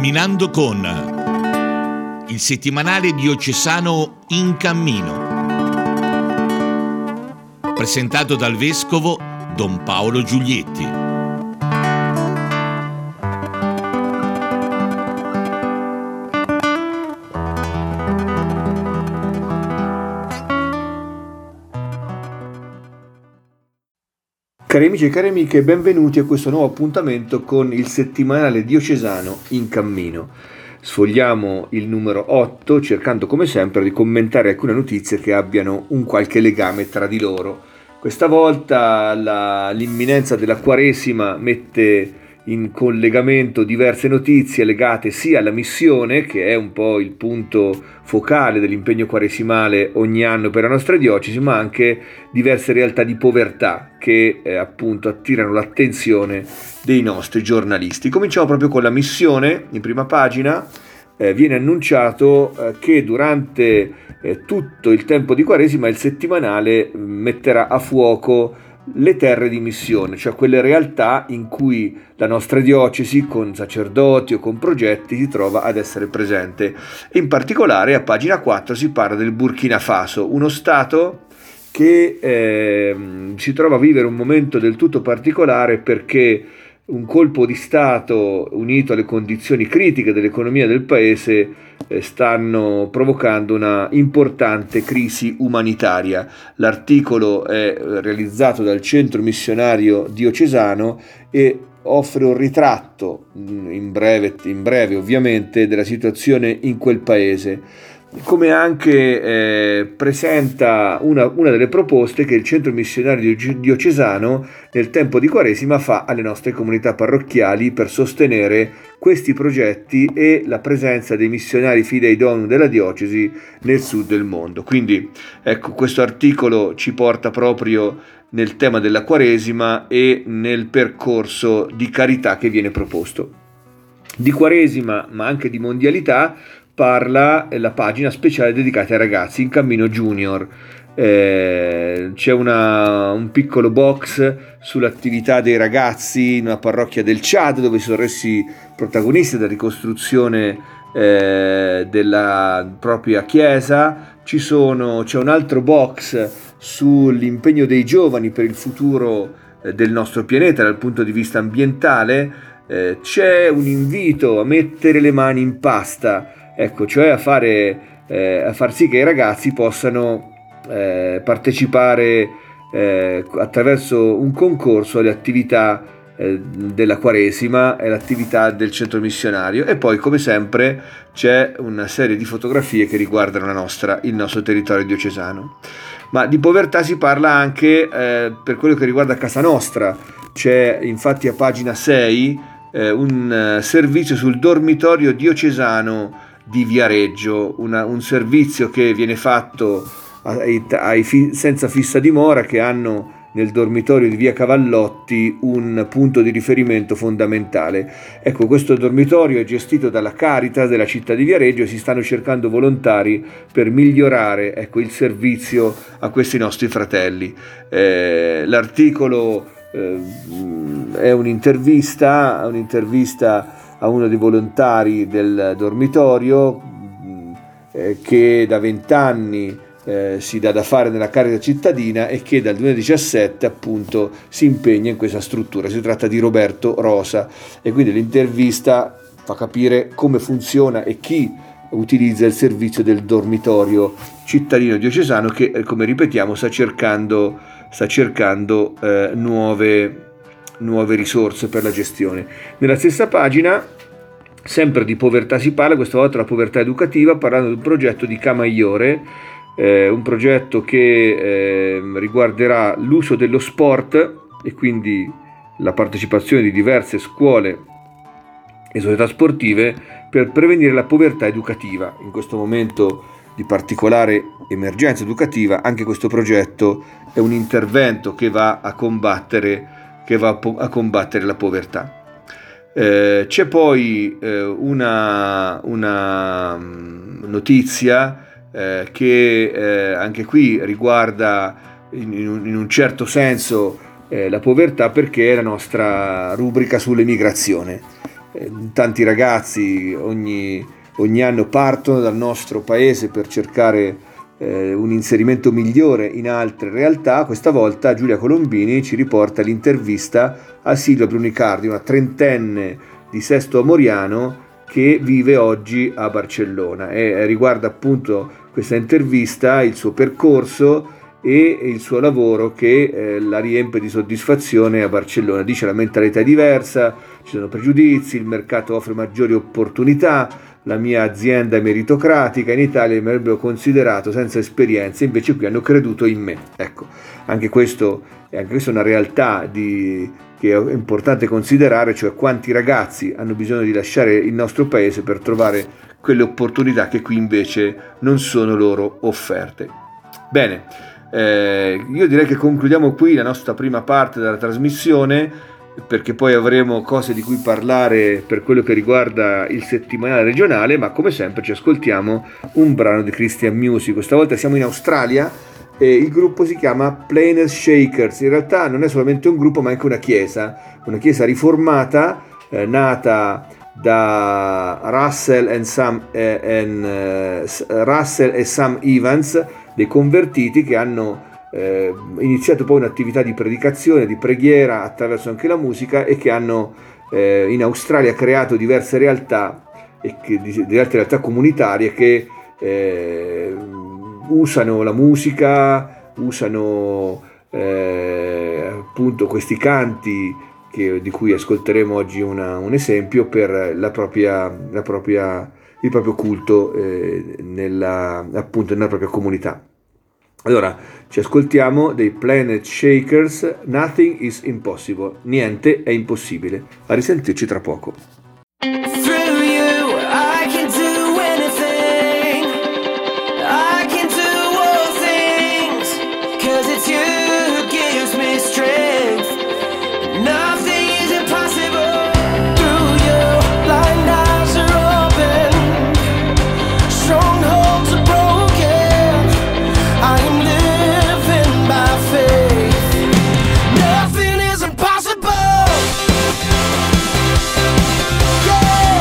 Camminando con il settimanale diocesano In Cammino, presentato dal vescovo Don Paolo Giulietti. Cari amici e cari amiche, benvenuti a questo nuovo appuntamento con il settimanale diocesano In Cammino. Sfogliamo il numero 8 cercando come sempre di commentare alcune notizie che abbiano un qualche legame tra di loro. Questa volta l'imminenza della Quaresima mette in collegamento diverse notizie legate sia alla missione, che è un po' il punto focale dell'impegno quaresimale ogni anno per la nostra diocesi, ma anche diverse realtà di povertà che appunto attirano l'attenzione dei nostri giornalisti. Cominciamo proprio con la missione. In prima pagina viene annunciato che durante tutto il tempo di Quaresima il settimanale metterà a fuoco le terre di missione, cioè quelle realtà in cui la nostra diocesi con sacerdoti o con progetti si trova ad essere presente. In particolare a pagina 4 si parla del Burkina Faso, uno stato che si trova a vivere un momento del tutto particolare perché un colpo di Stato unito alle condizioni critiche dell'economia del paese stanno provocando una importante crisi umanitaria. L'articolo è realizzato dal Centro Missionario Diocesano e offre un ritratto in breve ovviamente della situazione in quel paese, come anche presenta una delle proposte che il Centro Missionario Diocesano nel tempo di Quaresima fa alle nostre comunità parrocchiali per sostenere questi progetti e la presenza dei missionari Fidei Donum della diocesi nel sud del mondo. Quindi ecco, questo articolo ci porta proprio nel tema della Quaresima e nel percorso di carità che viene proposto. Di Quaresima, ma anche di mondialità, parla la pagina speciale dedicata ai ragazzi In Cammino Junior. C'è un piccolo box sull'attività dei ragazzi in una parrocchia del Ciad, dove si sono resi protagonisti della ricostruzione della propria chiesa. C'è un altro box sull'impegno dei giovani per il futuro del nostro pianeta dal punto di vista ambientale. C'è un invito a mettere le mani in pasta, ecco, cioè a far sì che i ragazzi possano partecipare attraverso un concorso alle attività della Quaresima e l'attività del centro missionario. E poi, come sempre, c'è una serie di fotografie che riguardano il nostro territorio diocesano. Ma di povertà si parla anche per quello che riguarda casa nostra. C'è infatti a pagina 6 un servizio sul dormitorio diocesano di Viareggio, un servizio che viene fatto ai senza fissa dimora, che hanno nel dormitorio di via Cavallotti un punto di riferimento fondamentale. Ecco, questo dormitorio è gestito dalla Caritas della città di Viareggio e si stanno cercando volontari per migliorare, ecco, il servizio a questi nostri fratelli. L'articolo è un'intervista a uno dei volontari del dormitorio che da 20 anni si dà da fare nella Caritas cittadina e che dal 2017 appunto si impegna in questa struttura. Si tratta di Roberto Rosa e quindi l'intervista fa capire come funziona e chi utilizza il servizio del dormitorio cittadino diocesano, che, come ripetiamo, sta cercando nuove risorse per la gestione. Nella stessa pagina, sempre di povertà si parla, questa volta la povertà educativa, parlando di un progetto di Camaiore, un progetto che riguarderà l'uso dello sport e quindi la partecipazione di diverse scuole e società sportive per prevenire la povertà educativa. In questo momento di particolare emergenza educativa, anche questo progetto è un intervento che va a combattere la povertà. C'è poi una notizia che anche qui riguarda in un certo senso la povertà, perché è la nostra rubrica sull'emigrazione. tanti ragazzi ogni anno partono dal nostro paese per cercare un inserimento migliore in altre realtà. Questa volta Giulia Colombini ci riporta l'intervista a Silvia Brunicardi, una trentenne di Sesto Amoriano che vive oggi a Barcellona, e riguarda appunto questa intervista il suo percorso e il suo lavoro che la riempie di soddisfazione a Barcellona. Dice: la mentalità è diversa, ci sono pregiudizi, il mercato offre maggiori opportunità, la mia azienda è meritocratica, in Italia mi avrebbero considerato senza esperienza, invece qui hanno creduto in me. Ecco, anche questo è una realtà che è importante considerare, cioè quanti ragazzi hanno bisogno di lasciare il nostro paese per trovare quelle opportunità che qui invece non sono loro offerte. Bene, io direi che concludiamo qui la nostra prima parte della trasmissione, perché poi avremo cose di cui parlare per quello che riguarda il settimanale regionale, ma come sempre ci ascoltiamo un brano di Christian Music. Questa volta siamo in Australia e il gruppo si chiama Planet Shakers. In realtà non è solamente un gruppo, ma anche una chiesa riformata, nata da Russell e Sam Evans, dei convertiti che hanno iniziato poi un'attività di predicazione, di preghiera attraverso anche la musica, e che hanno in Australia creato diverse realtà, diverse realtà comunitarie che usano la musica, usano appunto questi canti di cui ascolteremo oggi un esempio per il proprio culto nella propria comunità. Allora, ci ascoltiamo dei Planet Shakers, Nothing is Impossible, niente è impossibile. A risentirci tra poco. Yeah!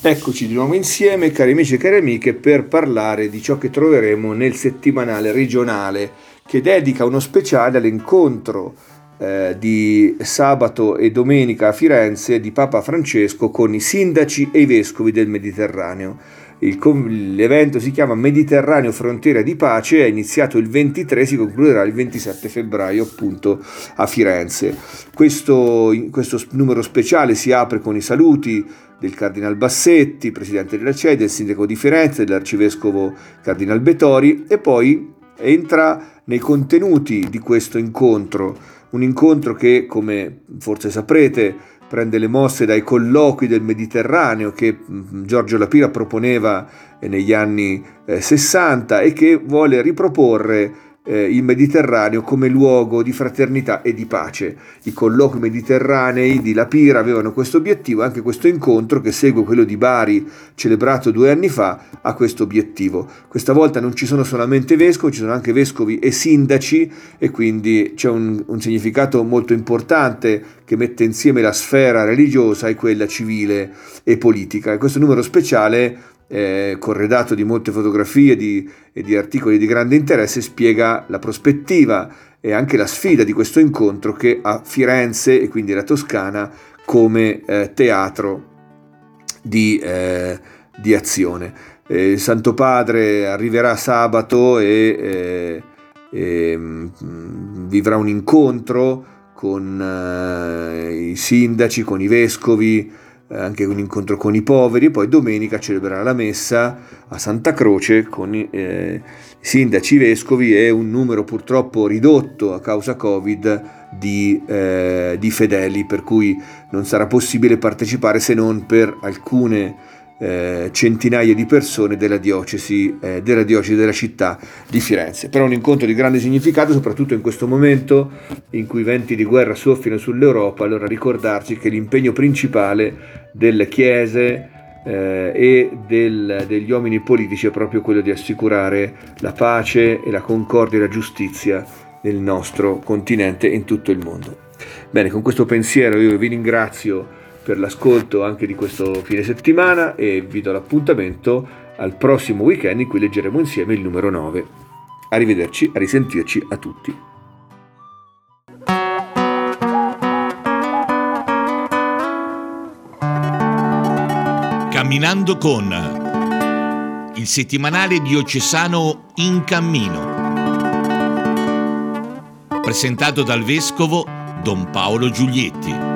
Eccoci di nuovo insieme, cari amici e cari amiche, per parlare di ciò che troveremo nel settimanale regionale che dedica uno speciale all'incontro di sabato e domenica a Firenze di Papa Francesco con i sindaci e i vescovi del Mediterraneo. L'evento si chiama Mediterraneo Frontiera di Pace, è iniziato il 23, si concluderà il 27 febbraio appunto a Firenze. Questo numero speciale si apre con i saluti del Cardinal Bassetti, presidente della CEI, del sindaco di Firenze, dell'arcivescovo Cardinal Betori, e poi entra nei contenuti di questo incontro, un incontro che, come forse saprete, prende le mosse dai colloqui del Mediterraneo che Giorgio La Pira proponeva negli anni 60 e che vuole riproporre il Mediterraneo come luogo di fraternità e di pace. I colloqui mediterranei di La Pira avevano questo obiettivo, anche questo incontro che segue quello di Bari celebrato 2 anni fa ha questo obiettivo. Questa volta non ci sono solamente vescovi, ci sono anche vescovi e sindaci, e quindi c'è un significato molto importante che mette insieme la sfera religiosa e quella civile e politica. E questo numero speciale, corredato di molte fotografie e di articoli di grande interesse, spiega la prospettiva e anche la sfida di questo incontro che ha Firenze e quindi la Toscana come teatro di azione. Il Santo Padre arriverà sabato e vivrà un incontro con i sindaci, con i vescovi, anche un incontro con i poveri, e poi domenica celebrerà la messa a Santa Croce con i sindaci, i vescovi e un numero purtroppo ridotto a causa Covid di fedeli, per cui non sarà possibile partecipare se non per alcune centinaia di persone della diocesi della città di Firenze. Però un incontro di grande significato, soprattutto in questo momento in cui venti di guerra soffiano sull'Europa. Allora ricordarci che l'impegno principale delle chiese e degli uomini politici è proprio quello di assicurare la pace e la concordia e la giustizia nel nostro continente e in tutto il mondo. Bene, con questo pensiero io vi ringrazio per l'ascolto anche di questo fine settimana e vi do l'appuntamento al prossimo weekend in cui leggeremo insieme il numero 9. Arrivederci, a risentirci a tutti. Camminando con il settimanale diocesano In Cammino, presentato dal vescovo Don Paolo Giulietti.